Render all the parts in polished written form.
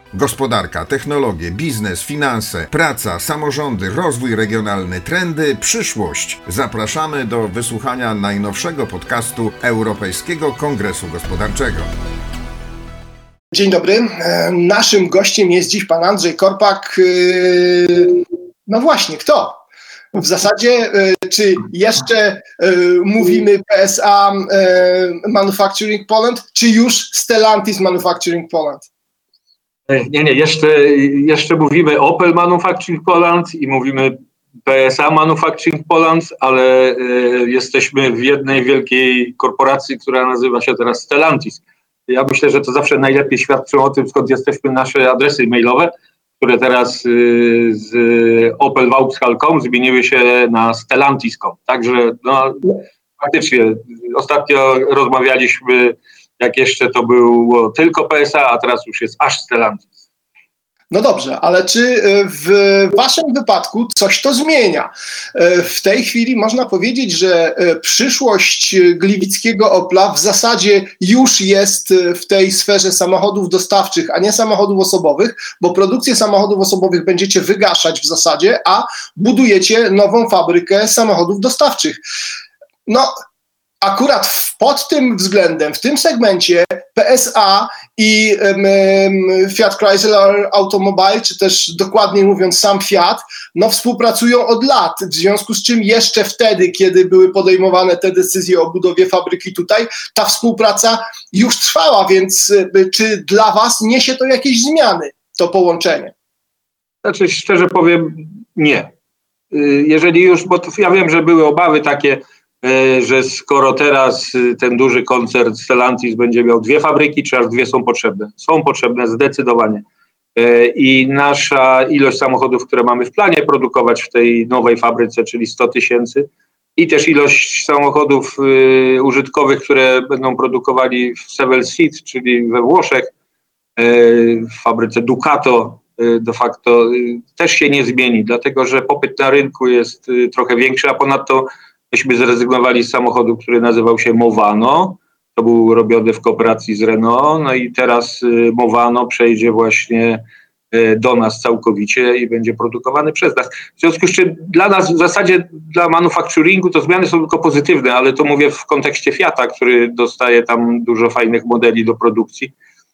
Gospodarka, technologie, biznes, finanse, praca, samorządy, rozwój regionalny, trendy, przyszłość. Zapraszamy do wysłuchania najnowszego podcastu Europejskiego Kongresu Gospodarczego. Dzień dobry. Naszym gościem jest dziś pan Andrzej Korpak. No właśnie, kto? W zasadzie, czy jeszcze mówimy PSA Manufacturing Poland, czy już Stellantis Manufacturing Poland? Nie, jeszcze mówimy Opel Manufacturing Poland i mówimy PSA Manufacturing Poland, ale jesteśmy w jednej wielkiej korporacji, która nazywa się teraz Stellantis. Ja myślę, że to zawsze najlepiej świadczą o tym, skąd jesteśmy nasze adresy e-mailowe, które teraz z opelvauxhall.com zmieniły się na Stellantis.com. Także faktycznie ostatnio rozmawialiśmy, jak jeszcze to było tylko PSA, a teraz już jest aż Stellantis. No dobrze, ale czy w waszym wypadku coś to zmienia? W tej chwili można powiedzieć, że przyszłość gliwickiego Opla w zasadzie już jest w tej sferze samochodów dostawczych, a nie samochodów osobowych, bo produkcję samochodów osobowych będziecie wygaszać w zasadzie, a budujecie nową fabrykę samochodów dostawczych. No, akurat pod tym względem, w tym segmencie PSA i Fiat Chrysler Automobile, czy też dokładniej mówiąc sam Fiat, współpracują od lat, w związku z czym jeszcze wtedy, kiedy były podejmowane te decyzje o budowie fabryki tutaj, ta współpraca już trwała, więc czy dla was niesie to jakieś zmiany, to połączenie? Znaczy, szczerze powiem, nie. Jeżeli już, bo ja wiem, że były obawy takie, że skoro teraz ten duży koncern Stellantis będzie miał dwie fabryki, czy aż dwie są potrzebne? Są potrzebne zdecydowanie. I nasza ilość samochodów, które mamy w planie produkować w tej nowej fabryce, czyli 100 tysięcy, i też ilość samochodów użytkowych, które będą produkowali w Sevel-Seat, czyli we Włoszech, w fabryce Ducato, de facto też się nie zmieni, dlatego że popyt na rynku jest trochę większy, a ponadto myśmy zrezygnowali z samochodu, który nazywał się Movano. To był robiony w kooperacji z Renault. No i teraz Movano przejdzie właśnie do nas całkowicie i będzie produkowany przez nas. W związku z czym dla nas, w zasadzie dla manufacturingu, to zmiany są tylko pozytywne, ale to mówię w kontekście Fiata, który dostaje tam dużo fajnych modeli do produkcji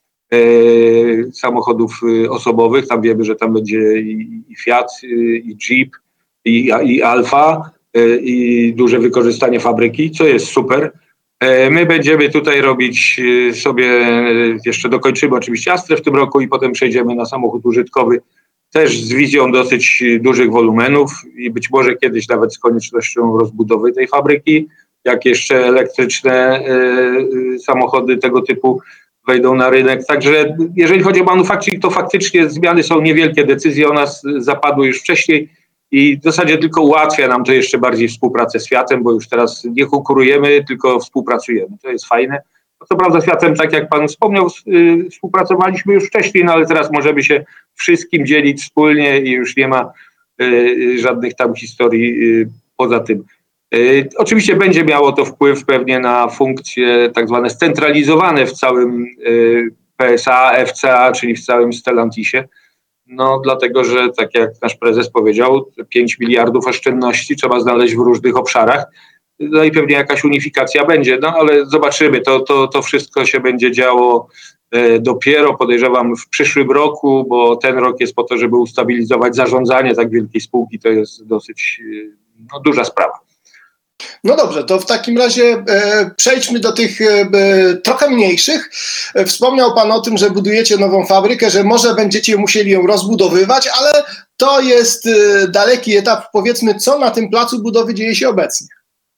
samochodów osobowych. Tam wiemy, że tam będzie i Fiat, i Jeep, i Alfa, i duże wykorzystanie fabryki, co jest super. My będziemy tutaj robić sobie, jeszcze dokończymy oczywiście Astrę w tym roku i potem przejdziemy na samochód użytkowy, też z wizją dosyć dużych wolumenów i być może kiedyś nawet z koniecznością rozbudowy tej fabryki, jak jeszcze elektryczne samochody tego typu wejdą na rynek. Także jeżeli chodzi o manufacturing, to faktycznie zmiany są niewielkie, decyzje o nas zapadły już wcześniej. I w zasadzie tylko ułatwia nam to jeszcze bardziej współpracę z Fiatem, bo już teraz nie konkurujemy, tylko współpracujemy. To jest fajne. No co prawda z Fiatem, tak jak pan wspomniał, współpracowaliśmy już wcześniej, no ale teraz możemy się wszystkim dzielić wspólnie i już nie ma żadnych tam historii poza tym. Oczywiście będzie miało to wpływ pewnie na funkcje tak zwane scentralizowane w całym PSA, FCA, czyli w całym Stellantisie. No dlatego, że tak jak nasz prezes powiedział, 5 miliardów oszczędności trzeba znaleźć w różnych obszarach. No i pewnie jakaś unifikacja będzie, no ale zobaczymy, to wszystko się będzie działo dopiero, podejrzewam, w przyszłym roku, bo ten rok jest po to, żeby ustabilizować zarządzanie tak wielkiej spółki, to jest dosyć duża sprawa. No dobrze, to w takim razie przejdźmy do tych trochę mniejszych. Wspomniał pan o tym, że budujecie nową fabrykę, że może będziecie musieli ją rozbudowywać, ale to jest daleki etap. Powiedzmy, co na tym placu budowy dzieje się obecnie?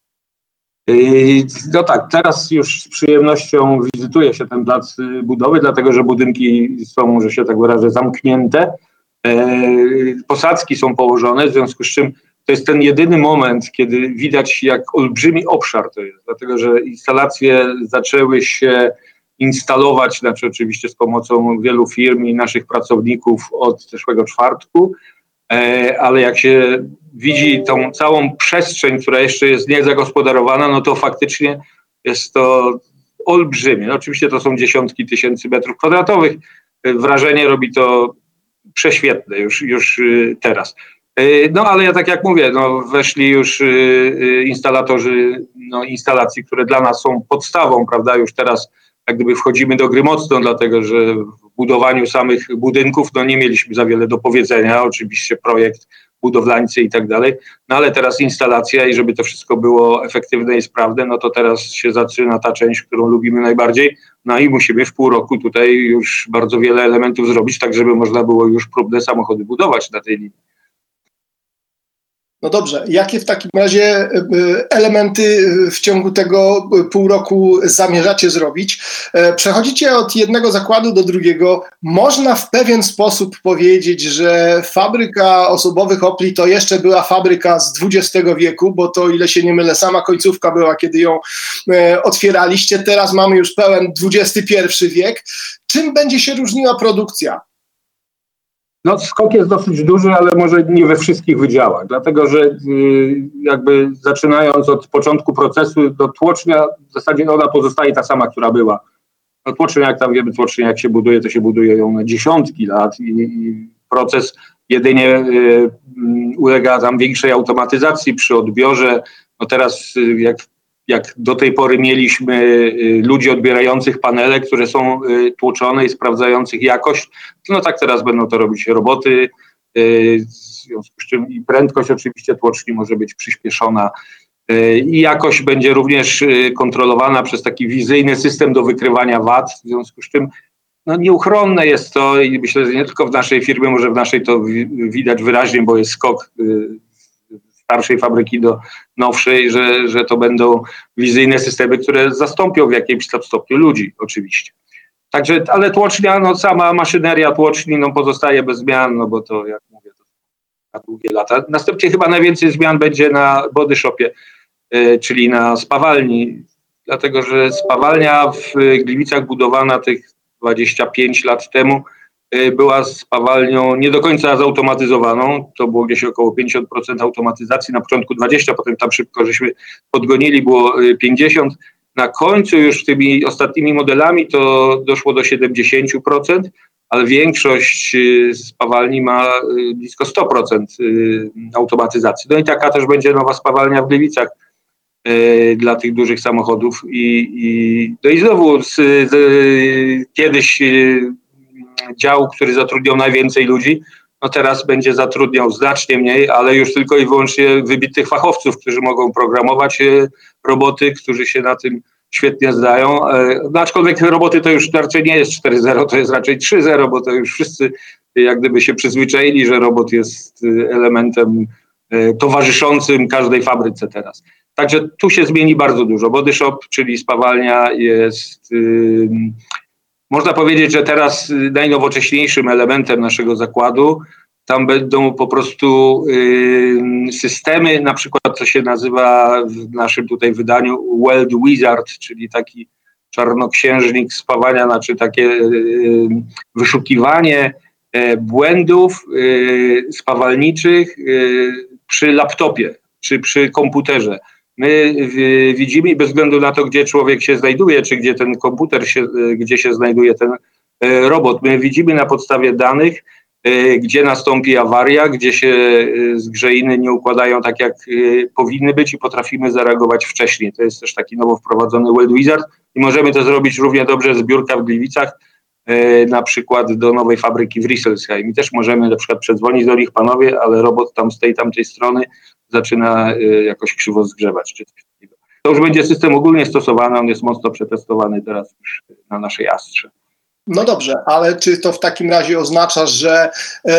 No tak, teraz już z przyjemnością wizytuje się ten plac budowy, dlatego że budynki są, że się tak wyrażę, zamknięte. Posadzki są położone, w związku z czym to jest ten jedyny moment, kiedy widać, jak olbrzymi obszar to jest, dlatego że instalacje zaczęły się instalować, znaczy oczywiście z pomocą wielu firm i naszych pracowników od zeszłego czwartku, ale jak się widzi tą całą przestrzeń, która jeszcze jest niezagospodarowana, no to faktycznie jest to olbrzymie. No oczywiście to są dziesiątki tysięcy metrów kwadratowych, wrażenie robi to prześwietne już teraz. No ale ja tak jak mówię, no, weszli już instalatorzy instalacji, które dla nas są podstawą, prawda, już teraz jak gdyby wchodzimy do gry mocno, dlatego że w budowaniu samych budynków nie mieliśmy za wiele do powiedzenia, oczywiście projekt, budowlańcy i tak dalej, no ale teraz instalacja i żeby to wszystko było efektywne i sprawne, no to teraz się zaczyna ta część, którą lubimy najbardziej, no i musimy w pół roku tutaj już bardzo wiele elementów zrobić, tak żeby można było już próbne samochody budować na tej linii. No dobrze, jakie w takim razie elementy w ciągu tego pół roku zamierzacie zrobić? Przechodzicie od jednego zakładu do drugiego. Można w pewien sposób powiedzieć, że fabryka osobowych Opli to jeszcze była fabryka z XX wieku, bo to, ile się nie mylę, sama końcówka była, kiedy ją otwieraliście. Teraz mamy już pełen XXI wiek. Czym będzie się różniła produkcja? No skok jest dosyć duży, ale może nie we wszystkich wydziałach, dlatego że jakby zaczynając od początku procesu do tłocznia, w zasadzie ona pozostaje ta sama, która była. No, tłocznia, jak tam wiemy, tłocznia jak się buduje, to się buduje ją na dziesiątki lat i proces jedynie ulega tam większej automatyzacji przy odbiorze. No teraz jak do tej pory mieliśmy ludzi odbierających panele, które są tłoczone i sprawdzających jakość, no tak teraz będą to robić roboty, w związku z czym i prędkość oczywiście tłoczni może być przyspieszona i jakość będzie również kontrolowana przez taki wizyjny system do wykrywania wad, w związku z czym no nieuchronne jest to i myślę, że nie tylko w naszej firmie, może w naszej to widać wyraźnie, bo jest skok starszej fabryki do nowszej, że to będą wizyjne systemy, które zastąpią w jakimś stopniu ludzi oczywiście. Także, ale tłocznia, no sama maszyneria tłoczni pozostaje bez zmian, bo to jak mówię, to na długie lata. Następnie chyba najwięcej zmian będzie na body shopie, czyli na spawalni, dlatego że spawalnia w Gliwicach budowana tych 25 lat temu była spawalnią nie do końca zautomatyzowaną. To było gdzieś około 50% automatyzacji, na początku 20%, potem tam szybko żeśmy podgonili, było 50%. Na końcu już tymi ostatnimi modelami to doszło do 70%, ale większość spawalni ma blisko 100% automatyzacji. No i taka też będzie nowa spawalnia w Gliwicach dla tych dużych samochodów. No i znowu kiedyś dział, który zatrudniał najwięcej ludzi, no teraz będzie zatrudniał znacznie mniej, ale już tylko i wyłącznie wybitych fachowców, którzy mogą programować roboty, którzy się na tym świetnie zdają. No, aczkolwiek roboty to już raczej nie jest 4.0, to jest raczej 3.0, bo to już wszyscy jak gdyby się przyzwyczaili, że robot jest elementem towarzyszącym każdej fabryce teraz. Także tu się zmieni bardzo dużo. Body shop, czyli spawalnia jest... Można powiedzieć, że teraz najnowocześniejszym elementem naszego zakładu, tam będą po prostu systemy, na przykład co się nazywa w naszym tutaj wydaniu Weld Wizard, czyli taki czarnoksiężnik spawania, znaczy takie wyszukiwanie błędów spawalniczych przy laptopie czy przy komputerze. My widzimy, bez względu na to, gdzie człowiek się znajduje, czy gdzie ten komputer gdzie się znajduje ten robot, my widzimy na podstawie danych, gdzie nastąpi awaria, gdzie się zgrzeiny nie układają tak, jak powinny być i potrafimy zareagować wcześniej. To jest też taki nowo wprowadzony Weld Wizard i możemy to zrobić równie dobrze z biurka w Gliwicach, na przykład do nowej fabryki w Risselsheim. I też możemy na przykład przedzwonić do nich, panowie, ale robot tam z tej tamtej strony zaczyna jakoś krzywo zgrzewać czy coś takiego. To już będzie system ogólnie stosowany, on jest mocno przetestowany teraz już na naszej Astrze. No dobrze, ale czy to w takim razie oznacza, że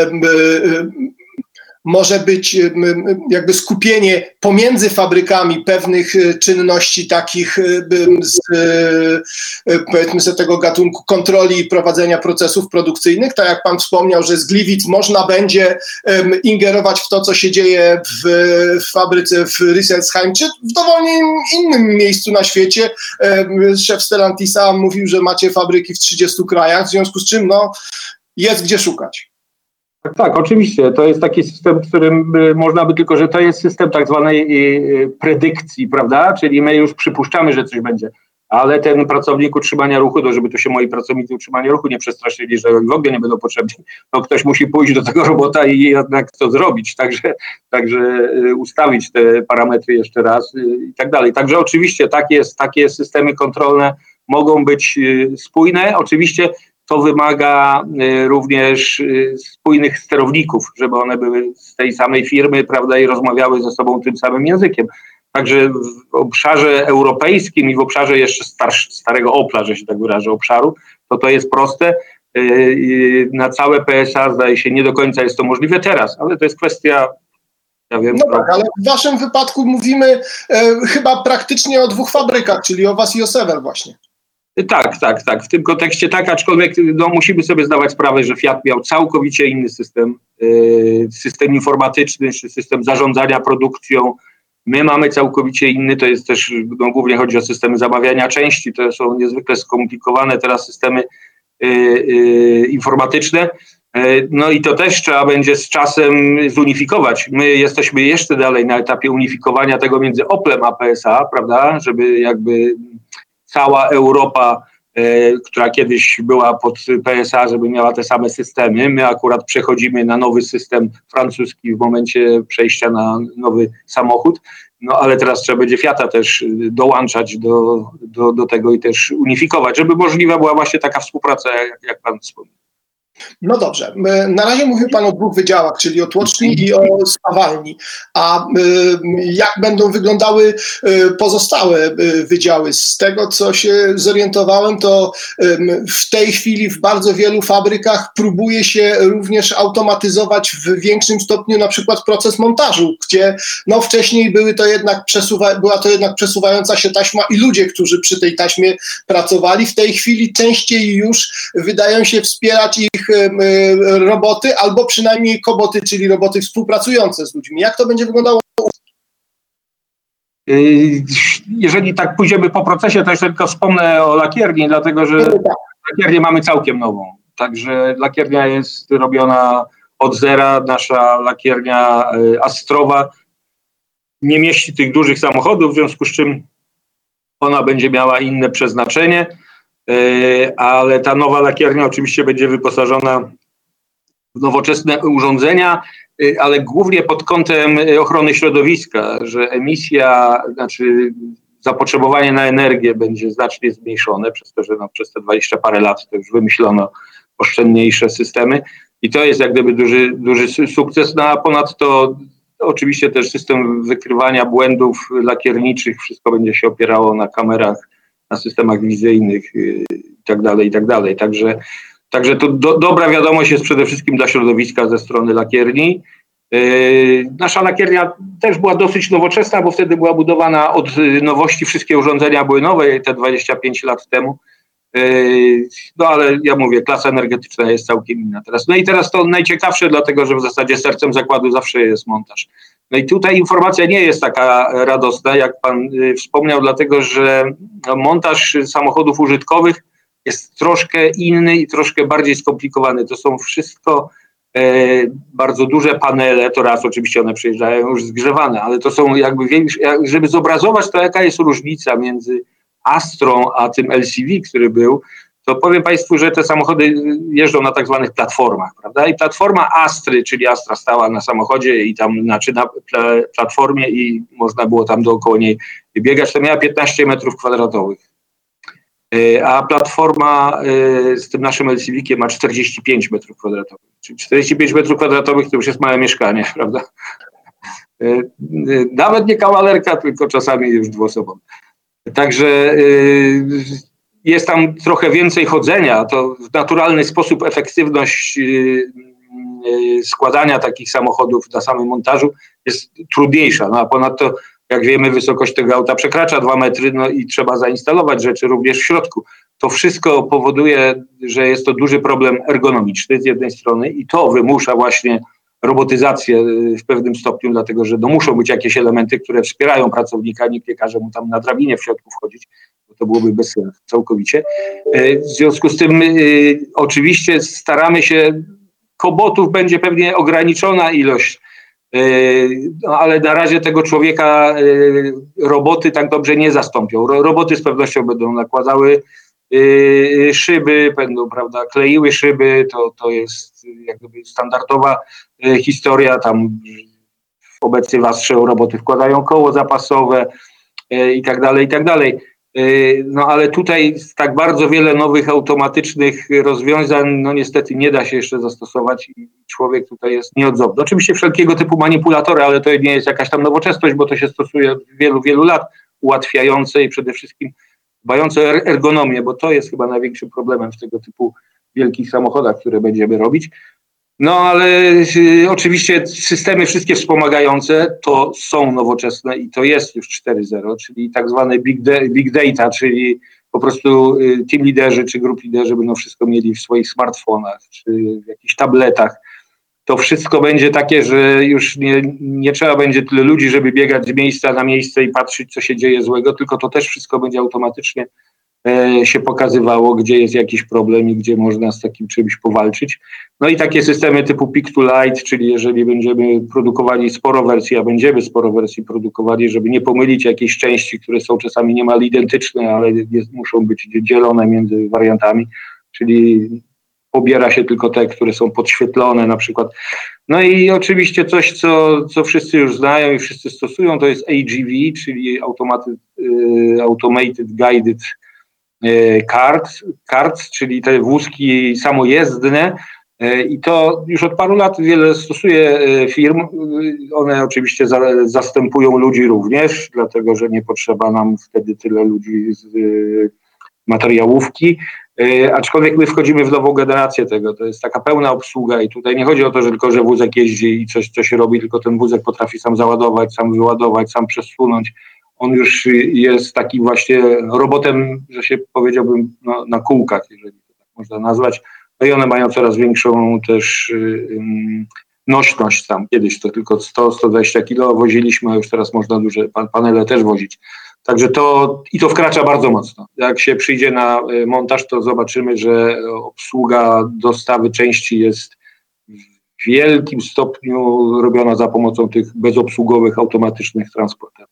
może być jakby skupienie pomiędzy fabrykami pewnych czynności takich z powiedzmy sobie tego gatunku kontroli i prowadzenia procesów produkcyjnych, tak jak pan wspomniał, że z Gliwic można będzie ingerować w to, co się dzieje w fabryce w Risselsheim, czy w dowolnie innym miejscu na świecie. Szef Stellantisa mówił, że macie fabryki w 30 krajach, w związku z czym jest gdzie szukać. Tak, oczywiście. To jest taki system, w którym można by tylko, że to jest system tak zwanej predykcji, prawda? Czyli my już przypuszczamy, że coś będzie. ale ten pracownik utrzymania ruchu, to żeby to się moi pracownicy utrzymania ruchu nie przestraszyli, że w ogóle nie będą potrzebni, no ktoś musi pójść do tego robota i jednak to zrobić, także ustawić te parametry jeszcze raz i tak dalej. Także oczywiście takie systemy kontrolne mogą być spójne. Oczywiście to wymaga również spójnych sterowników, żeby one były z tej samej firmy, prawda, i rozmawiały ze sobą tym samym językiem. Także w obszarze europejskim i w obszarze jeszcze starego Opla, że się tak wyrażę, obszaru, to jest proste. Na całe PSA zdaje się nie do końca jest to możliwe teraz, ale to jest kwestia, ja wiem. No tak, ale w waszym wypadku mówimy chyba praktycznie o 2 fabrykach, czyli o was i o Sevel właśnie. Tak. W tym kontekście tak, aczkolwiek musimy sobie zdawać sprawę, że Fiat miał całkowicie inny system informatyczny, czy system zarządzania produkcją. My mamy całkowicie inny, to jest też, głównie chodzi o systemy zamawiania części, to są niezwykle skomplikowane teraz systemy informatyczne. No i to też trzeba będzie z czasem zunifikować. My jesteśmy jeszcze dalej na etapie unifikowania tego między Oplem a PSA, prawda, żeby jakby cała Europa, która kiedyś była pod PSA, żeby miała te same systemy. My akurat przechodzimy na nowy system francuski w momencie przejścia na nowy samochód, no ale teraz trzeba będzie Fiata też dołączać do tego i też unifikować, żeby możliwa była właśnie taka współpraca, jak pan wspomniał. No dobrze, na razie mówił pan o 2 wydziałach, czyli o tłoczni i o spawalni, a jak będą wyglądały pozostałe wydziały? Z tego, co się zorientowałem, to w tej chwili w bardzo wielu fabrykach próbuje się również automatyzować w większym stopniu na przykład proces montażu, gdzie no wcześniej była to jednak przesuwająca się taśma i ludzie, którzy przy tej taśmie pracowali, w tej chwili częściej już wydają się wspierać ich roboty, albo przynajmniej koboty, czyli roboty współpracujące z ludźmi. Jak to będzie wyglądało? Jeżeli tak pójdziemy po procesie, to jeszcze tylko wspomnę o lakierni, dlatego że lakiernię mamy całkiem nową. Także lakiernia jest robiona od zera. Nasza lakiernia Astrowa nie mieści tych dużych samochodów, w związku z czym ona będzie miała inne przeznaczenie. Ale ta nowa lakiernia oczywiście będzie wyposażona w nowoczesne urządzenia, ale głównie pod kątem ochrony środowiska, że emisja, znaczy zapotrzebowanie na energię będzie znacznie zmniejszone przez to, że przez te 20 parę lat to już wymyślono oszczędniejsze systemy i to jest jak gdyby duży sukces, no a ponadto oczywiście też system wykrywania błędów lakierniczych, wszystko będzie się opierało na kamerach, na systemach wizyjnych i tak dalej. Także to dobra wiadomość jest przede wszystkim dla środowiska ze strony lakierni. Nasza lakiernia też była dosyć nowoczesna, bo wtedy była budowana od nowości, wszystkie urządzenia były nowe, te 25 lat temu. No ale ja mówię, klasa energetyczna jest całkiem inna teraz. No i teraz to najciekawsze, dlatego że w zasadzie sercem zakładu zawsze jest montaż. No i tutaj informacja nie jest taka radosna, jak pan wspomniał, dlatego że montaż samochodów użytkowych jest troszkę inny i troszkę bardziej skomplikowany. To są wszystko bardzo duże panele, to raz oczywiście one przyjeżdżają już zgrzewane, ale to są jakby żeby zobrazować to, jaka jest różnica między Astrą a tym LCV, który był, to powiem państwu, że te samochody jeżdżą na tak zwanych platformach, prawda? I platforma Astry, czyli Astra stała na samochodzie i tam na platformie i można było tam dookoła niej biegać, to miała 15 metrów kwadratowych. A platforma z tym naszym LCV-kiem ma 45 metrów kwadratowych. Czyli 45 metrów kwadratowych to już jest małe mieszkanie, prawda? Nawet nie kawalerka, tylko czasami już dwuosobowe. Także jest tam trochę więcej chodzenia, to w naturalny sposób efektywność składania takich samochodów na samym montażu jest trudniejsza. No a ponadto, jak wiemy, wysokość tego auta przekracza 2 metry, no i trzeba zainstalować rzeczy również w środku. To wszystko powoduje, że jest to duży problem ergonomiczny z jednej strony i to wymusza właśnie robotyzację w pewnym stopniu, dlatego że muszą być jakieś elementy, które wspierają pracownika, nikt nie każe mu tam na drabinie w środku wchodzić, bo to byłoby bez sensu całkowicie. W związku z tym oczywiście staramy się, kobotów będzie pewnie ograniczona ilość, No, ale na razie tego człowieka roboty tak dobrze nie zastąpią. Roboty z pewnością będą nakładały szyby, będą, prawda, kleiły szyby, to jest jak gdyby standardowa historia, tam obecnie w Astrze roboty wkładają koło zapasowe i tak dalej, i tak dalej. No ale tutaj tak bardzo wiele nowych automatycznych rozwiązań, no niestety nie da się jeszcze zastosować i człowiek tutaj jest nieodzowny. Oczywiście wszelkiego typu manipulatory, ale to nie jest jakaś tam nowoczesność, bo to się stosuje od wielu, wielu lat, ułatwiające i przede wszystkim dbające o ergonomię, bo to jest chyba największym problemem w tego typu wielkich samochodach, które będziemy robić. No ale oczywiście systemy wszystkie wspomagające to są nowoczesne i to jest już 4.0, czyli tak zwany big data, czyli po prostu team liderzy czy grup liderzy będą wszystko mieli w swoich smartfonach czy w jakichś tabletach. To wszystko będzie takie, że już nie trzeba będzie tyle ludzi, żeby biegać z miejsca na miejsce i patrzeć, co się dzieje złego, tylko to też wszystko będzie automatycznie się pokazywało, gdzie jest jakiś problem i gdzie można z takim czymś powalczyć. No i takie systemy typu pick to light, czyli jeżeli będziemy produkowali sporo wersji, a będziemy sporo wersji produkowali, żeby nie pomylić jakiejś części, które są czasami niemal identyczne, ale muszą być dzielone między wariantami, czyli pobiera się tylko te, które są podświetlone na przykład. No i oczywiście coś, co wszyscy już znają i wszyscy stosują, to jest AGV, czyli Automated Guided Carts, czyli te wózki samojezdne. I to już od paru lat wiele stosuje firm. One oczywiście zastępują ludzi również, dlatego że nie potrzeba nam wtedy tyle ludzi z materiałówki. Aczkolwiek my wchodzimy w nową generację tego. To jest taka pełna obsługa i tutaj nie chodzi o to, że tylko, że wózek jeździ i coś robi, tylko ten wózek potrafi sam załadować, sam wyładować, sam przesunąć. On już jest takim właśnie robotem, że się powiedziałbym na kółkach, jeżeli to tak można nazwać. No i one mają coraz większą też nośność tam. Kiedyś to tylko 100-120 kg woziliśmy, a już teraz można duże panele też wozić. Także to wkracza bardzo mocno. Jak się przyjdzie na montaż, to zobaczymy, że obsługa dostawy części jest w wielkim stopniu robiona za pomocą tych bezobsługowych, automatycznych transporterów.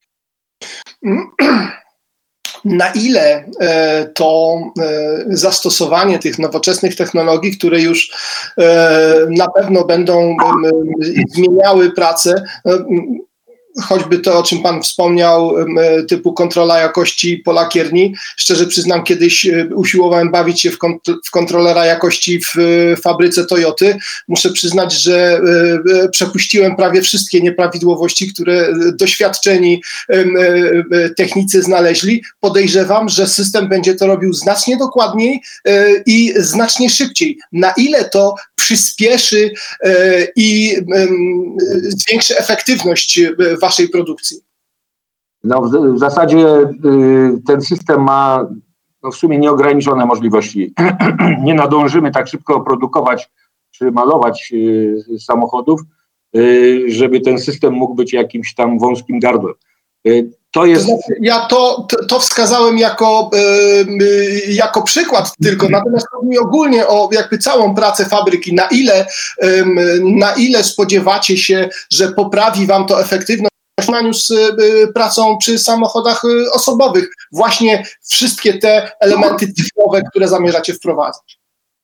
Na ile to zastosowanie tych nowoczesnych technologii, które już na pewno będą zmieniały pracę, choćby to, o czym Pan wspomniał, typu kontrola jakości pola kierni. Szczerze przyznam, kiedyś usiłowałem bawić się w kontrolera jakości w fabryce Toyoty. Muszę przyznać, że przepuściłem prawie wszystkie nieprawidłowości, które doświadczeni technicy znaleźli. Podejrzewam, że system będzie to robił znacznie dokładniej i znacznie szybciej. Na ile to przyspieszy i zwiększy efektywność waszej produkcji? No w zasadzie ten system ma w sumie nieograniczone możliwości. Nie nadążymy tak szybko produkować czy malować samochodów, żeby ten system mógł być jakimś tam wąskim gardłem. To jest... Ja to wskazałem jako przykład tylko, natomiast chodzi mi ogólnie o jakby całą pracę fabryki. Na ile spodziewacie się, że poprawi wam to efektywność w porównaniu z pracą przy samochodach osobowych? Właśnie wszystkie te elementy cyfrowe, które zamierzacie wprowadzać.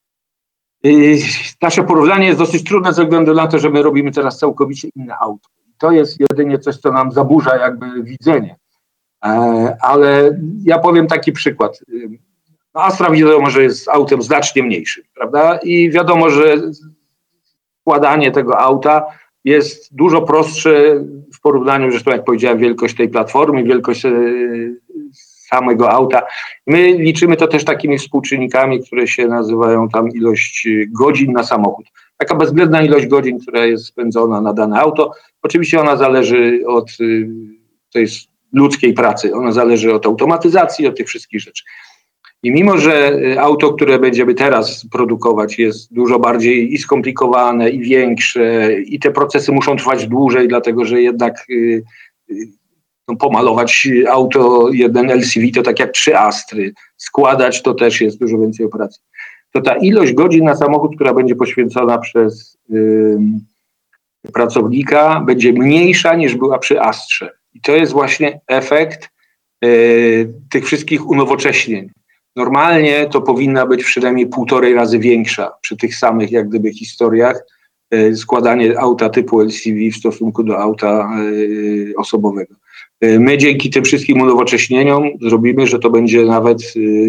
Nasze porównanie jest dosyć trudne ze względu na to, że my robimy teraz całkowicie inne auto. To jest jedynie coś, co nam zaburza jakby widzenie. Ale ja powiem taki przykład. Astra wiadomo, że jest autem znacznie mniejszym, prawda? I wiadomo, że składanie tego auta jest dużo prostsze w porównaniu, zresztą jak powiedziałem, wielkość tej platformy, wielkość samego auta. My liczymy to też takimi współczynnikami, które się nazywają tam ilość godzin na samochód. Taka bezwzględna ilość godzin, która jest spędzona na dane auto. Oczywiście ona zależy od tej ludzkiej pracy, ona zależy od automatyzacji, od tych wszystkich rzeczy. I mimo, że auto, które będziemy teraz produkować, jest dużo bardziej i skomplikowane, i większe, i te procesy muszą trwać dłużej, dlatego że jednak pomalować auto, jeden LCV to tak jak 3 Astry, składać to też jest dużo więcej operacji. To ta ilość godzin na samochód, która będzie poświęcona przez pracownika będzie mniejsza niż była przy Astrze. I to jest właśnie efekt tych wszystkich unowocześnień. Normalnie to powinna być przynajmniej 1,5 razy większa przy tych samych jak gdyby historiach składanie auta typu LCV w stosunku do auta osobowego. My dzięki tym wszystkim unowocześnieniom zrobimy, że to będzie nawet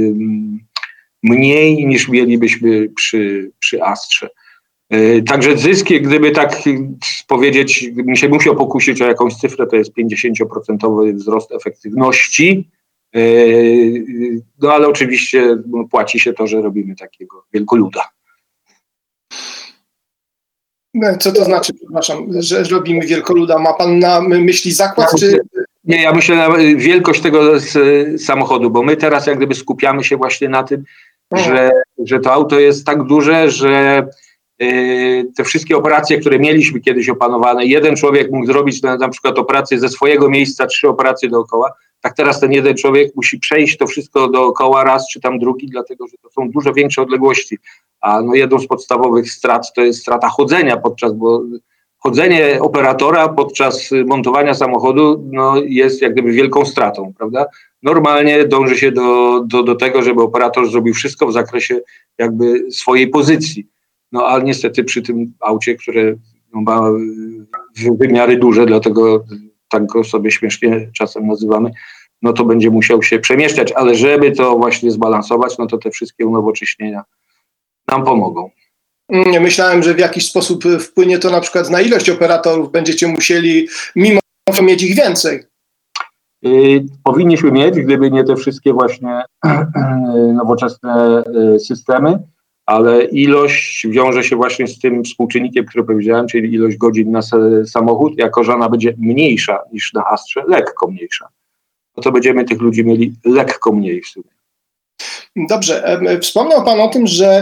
mniej niż mielibyśmy przy Astrze. Także zyski, gdyby tak powiedzieć, bym się musiał pokusić o jakąś cyfrę, to jest 50% wzrost efektywności. No ale oczywiście płaci się to, że robimy takiego wielkoluda. Co to znaczy, przepraszam, że robimy wielkoluda? Ma pan na myśli zakład, czy... Nie, ja myślę na wielkość tego samochodu, bo my teraz jak gdyby skupiamy się właśnie na tym, że to auto jest tak duże, że te wszystkie operacje, które mieliśmy kiedyś opanowane, jeden człowiek mógł zrobić na przykład operację ze swojego miejsca, 3 operacje dookoła, tak teraz ten jeden człowiek musi przejść to wszystko dookoła raz czy tam drugi, dlatego że to są dużo większe odległości. A no jedną z podstawowych strat to jest strata chodzenia bo chodzenie operatora podczas montowania samochodu no, jest jak gdyby wielką stratą, prawda? Normalnie dąży się do tego, żeby operator zrobił wszystko w zakresie jakby swojej pozycji. No ale niestety przy tym aucie, które no, ma wymiary duże, dlatego tak go sobie śmiesznie czasem nazywamy, no to będzie musiał się przemieszczać, ale żeby to właśnie zbalansować, no to te wszystkie unowocześnienia nam pomogą. Myślałem, że w jakiś sposób wpłynie to na przykład na ilość operatorów. Będziecie musieli mimo to mieć ich więcej. Powinniśmy mieć, gdyby nie te wszystkie właśnie nowoczesne systemy, ale ilość wiąże się właśnie z tym współczynnikiem, który powiedziałem, czyli ilość godzin na samochód, jako że ona będzie mniejsza niż na Astrze, lekko mniejsza, no to będziemy tych ludzi mieli lekko mniej w sumie. Dobrze. Wspomniał Pan o tym, że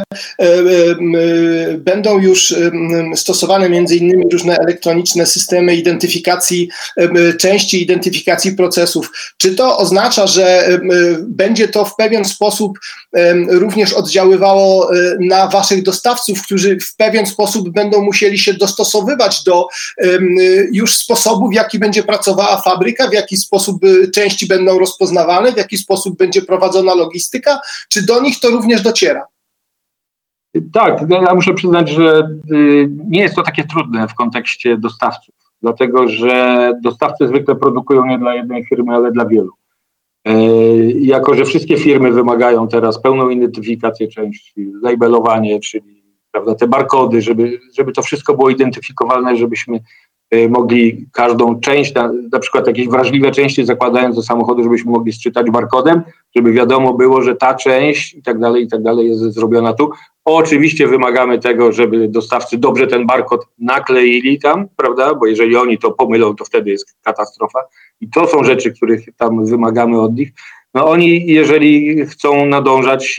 będą już stosowane między innymi różne elektroniczne systemy identyfikacji części, identyfikacji procesów. Czy to oznacza, że będzie to w pewien sposób również oddziaływało na Waszych dostawców, którzy w pewien sposób będą musieli się dostosowywać do już sposobu, w jaki będzie pracowała fabryka, w jaki sposób części będą rozpoznawane, w jaki sposób będzie prowadzona logistyka? Czy do nich to również dociera? Tak, ja muszę przyznać, że nie jest to takie trudne w kontekście dostawców, dlatego że dostawcy zwykle produkują nie dla jednej firmy, ale dla wielu. Jako że wszystkie firmy wymagają teraz pełną identyfikację części, labelowanie, czyli prawda, te barkody, żeby to wszystko było identyfikowalne, żebyśmy mogli każdą część, na przykład jakieś wrażliwe części zakładając do samochodu, żebyśmy mogli sczytać barkodem, żeby wiadomo było, że ta część i tak dalej jest zrobiona tu. Oczywiście wymagamy tego, żeby dostawcy dobrze ten barkod nakleili tam, prawda, bo jeżeli oni to pomylą, to wtedy jest katastrofa i to są rzeczy, których tam wymagamy od nich. No oni, jeżeli chcą nadążać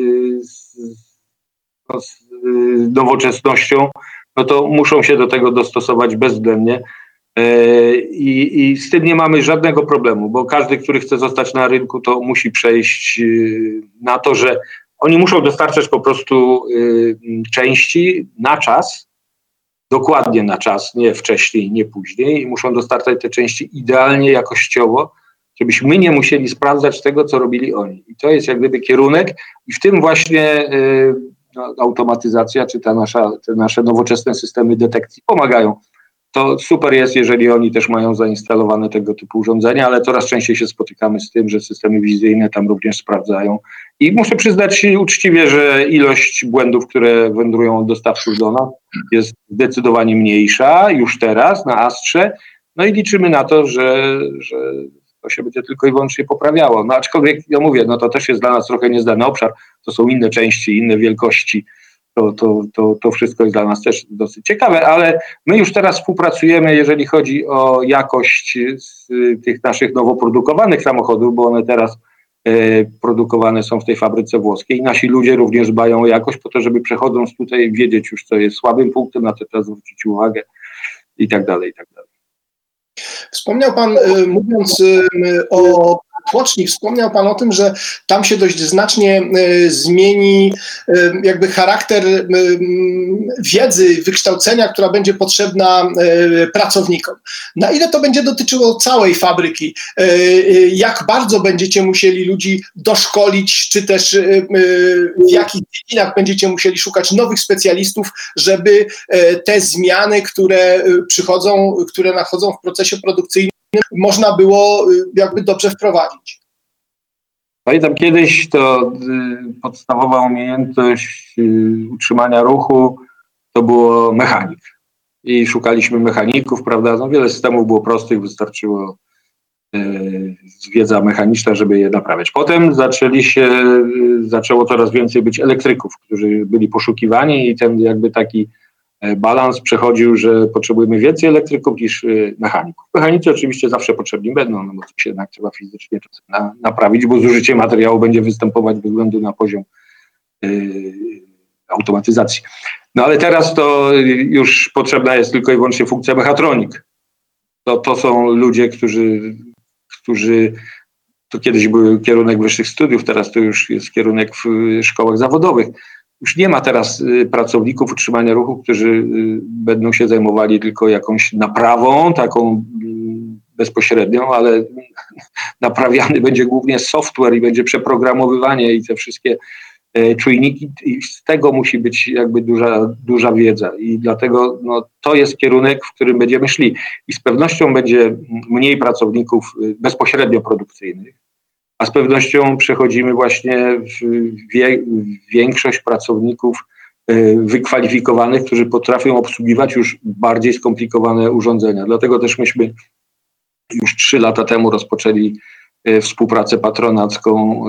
z nowoczesnością, no to muszą się do tego dostosować bezwzględnie i z tym nie mamy żadnego problemu, bo każdy, który chce zostać na rynku, to musi przejść na to, że oni muszą dostarczać po prostu części na czas, dokładnie na czas, nie wcześniej, nie później i muszą dostarczać te części idealnie, jakościowo, żebyśmy nie musieli sprawdzać tego, co robili oni. I to jest jak gdyby kierunek i w tym właśnie automatyzacja, czy te nasze nowoczesne systemy detekcji pomagają. To super jest, jeżeli oni też mają zainstalowane tego typu urządzenia, ale coraz częściej się spotykamy z tym, że systemy wizyjne tam również sprawdzają. I muszę przyznać uczciwie, że ilość błędów, które wędrują od dostawców do nas, jest zdecydowanie mniejsza już teraz na Astrze. No i liczymy na to, że to się będzie tylko i wyłącznie poprawiało. No aczkolwiek, ja mówię, no to też jest dla nas trochę nieznany obszar, to są inne części, inne wielkości, to wszystko jest dla nas też dosyć ciekawe, ale my już teraz współpracujemy, jeżeli chodzi o jakość tych naszych nowo produkowanych samochodów, bo one teraz produkowane są w tej fabryce włoskiej. Nasi ludzie również dbają o jakość po to, żeby przechodząc tutaj wiedzieć już, co jest słabym punktem, na to trzeba zwrócić uwagę i tak dalej, i tak dalej. Wspomniał Pan, mówiąc o tłoczni. Wspomniał Pan o tym, że tam się dość znacznie zmieni jakby charakter wiedzy, wykształcenia, która będzie potrzebna pracownikom. Na ile to będzie dotyczyło całej fabryki? Jak bardzo będziecie musieli ludzi doszkolić, czy też w jakich dziedzinach będziecie musieli szukać nowych specjalistów, żeby te zmiany, które przychodzą, które nachodzą w procesie produkcyjnym, można było jakby dobrze wprowadzić? Pamiętam kiedyś to podstawowa umiejętność utrzymania ruchu to było mechanik. I szukaliśmy mechaników, prawda? No, wiele systemów było prostych, wystarczyło wiedza mechaniczna, żeby je naprawiać. Potem zaczęło coraz więcej być elektryków, którzy byli poszukiwani i ten jakby taki balans przechodził, że potrzebujemy więcej elektryków niż mechaników. Mechanicy oczywiście zawsze potrzebni będą, no bo to się jednak trzeba fizycznie naprawić, bo zużycie materiału będzie występować ze względu na poziom automatyzacji. No ale teraz to już potrzebna jest tylko i wyłącznie funkcja mechatronik. To są ludzie, którzy to kiedyś był kierunek wyższych studiów, teraz to już jest kierunek w szkołach zawodowych. Już nie ma teraz pracowników utrzymania ruchu, którzy będą się zajmowali tylko jakąś naprawą, taką bezpośrednią, ale naprawiany będzie głównie software i będzie przeprogramowywanie i te wszystkie czujniki i z tego musi być jakby duża wiedza i dlatego no, to jest kierunek, w którym będziemy szli i z pewnością będzie mniej pracowników bezpośrednio produkcyjnych, a z pewnością przechodzimy właśnie w większość pracowników wykwalifikowanych, którzy potrafią obsługiwać już bardziej skomplikowane urządzenia. Dlatego też myśmy już 3 lata temu rozpoczęli współpracę patronacką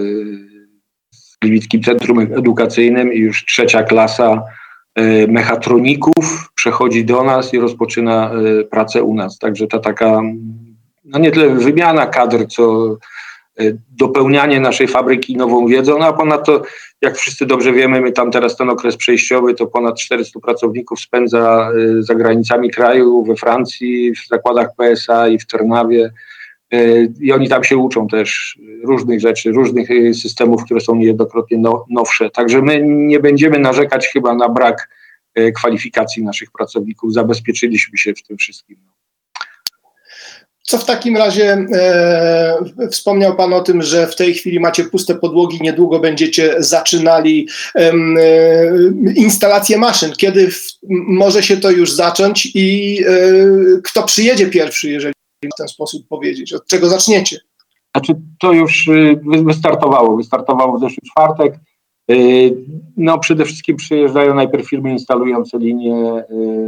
z Gliwickim Centrum Edukacyjnym i już 3. klasa mechatroników przechodzi do nas i rozpoczyna pracę u nas. Także ta taka, no nie tyle wymiana kadr, co dopełnianie naszej fabryki nową wiedzą, no a ponadto, jak wszyscy dobrze wiemy, my tam teraz ten okres przejściowy, to ponad 400 pracowników spędza za granicami kraju, we Francji, w zakładach PSA i w Trnawie i oni tam się uczą też różnych rzeczy, różnych systemów, które są niejednokrotnie nowsze. Także my nie będziemy narzekać chyba na brak kwalifikacji naszych pracowników, zabezpieczyliśmy się w tym wszystkim. Co w takim razie, wspomniał Pan o tym, że w tej chwili macie puste podłogi, niedługo będziecie zaczynali instalację maszyn. Kiedy może się to już zacząć i kto przyjedzie pierwszy, jeżeli w ten sposób powiedzieć? Od czego zaczniecie? Znaczy to już wystartowało w zeszły czwartek. No przede wszystkim przyjeżdżają najpierw firmy instalujące linię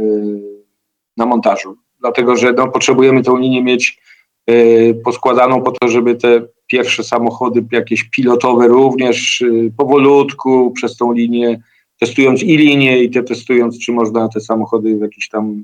na montażu. Dlatego, że no, potrzebujemy tą linię mieć poskładaną po to, żeby te pierwsze samochody jakieś pilotowe również powolutku przez tą linię, testując i linię i testując, czy można te samochody w jakiś tam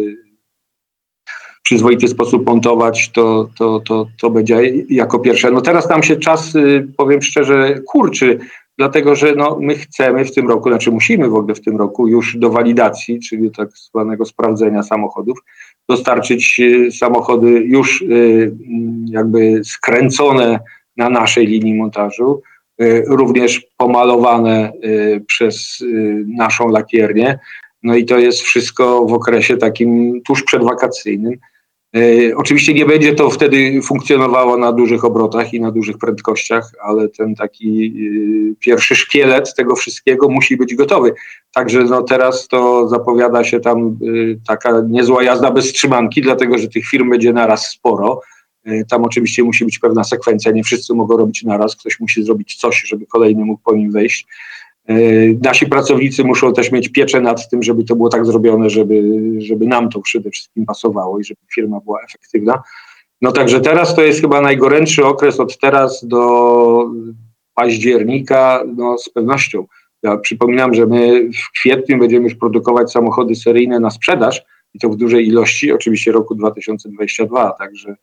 przyzwoity sposób montować, to będzie jako pierwsze. No teraz nam się czas, powiem szczerze, kurczy, dlatego, że no, my chcemy w tym roku, znaczy musimy w ogóle w tym roku już do walidacji, czyli tak zwanego sprawdzenia samochodów, dostarczyć samochody już jakby skręcone na naszej linii montażu, również pomalowane przez naszą lakiernię. No i to jest wszystko w okresie takim tuż przedwakacyjnym. Oczywiście nie będzie to wtedy funkcjonowało na dużych obrotach i na dużych prędkościach, ale ten taki pierwszy szkielet tego wszystkiego musi być gotowy. Także no teraz to zapowiada się tam taka niezła jazda bez wstrzymanki, dlatego że tych firm będzie naraz sporo. Tam oczywiście musi być pewna sekwencja, nie wszyscy mogą robić naraz, ktoś musi zrobić coś, żeby kolejny mógł po nim wejść. Nasi pracownicy muszą też mieć pieczę nad tym, żeby to było tak zrobione, żeby nam to przede wszystkim pasowało i żeby firma była efektywna. No także teraz to jest chyba najgorętszy okres od teraz do października, no z pewnością. Ja przypominam, że my w kwietniu będziemy już produkować samochody seryjne na sprzedaż i to w dużej ilości, oczywiście roku 2022,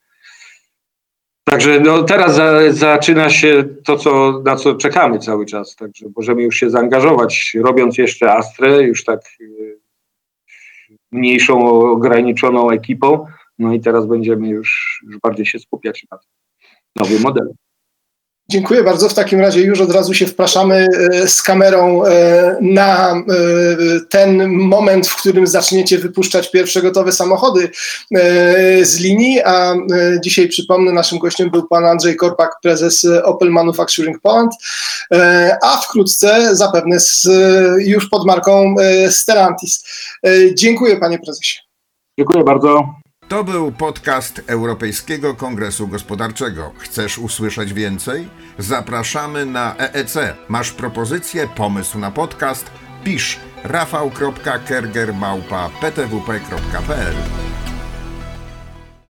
Także no teraz zaczyna się to, na co czekamy cały czas. Także możemy już się zaangażować, robiąc jeszcze Astrę, już tak mniejszą, ograniczoną ekipą. No i teraz będziemy już bardziej się skupiać na tym. nowy model. Dziękuję bardzo. W takim razie już od razu się wpraszamy z kamerą na ten moment, w którym zaczniecie wypuszczać pierwsze gotowe samochody z linii. A dzisiaj, przypomnę, naszym gościem był pan Andrzej Korpak, prezes Opel Manufacturing Poland, a wkrótce zapewne już pod marką Stellantis. Dziękuję, panie prezesie. Dziękuję bardzo. To był podcast Europejskiego Kongresu Gospodarczego. Chcesz usłyszeć więcej? Zapraszamy na EEC. Masz propozycję, pomysł na podcast? Pisz rafał.kerger@ptwp.pl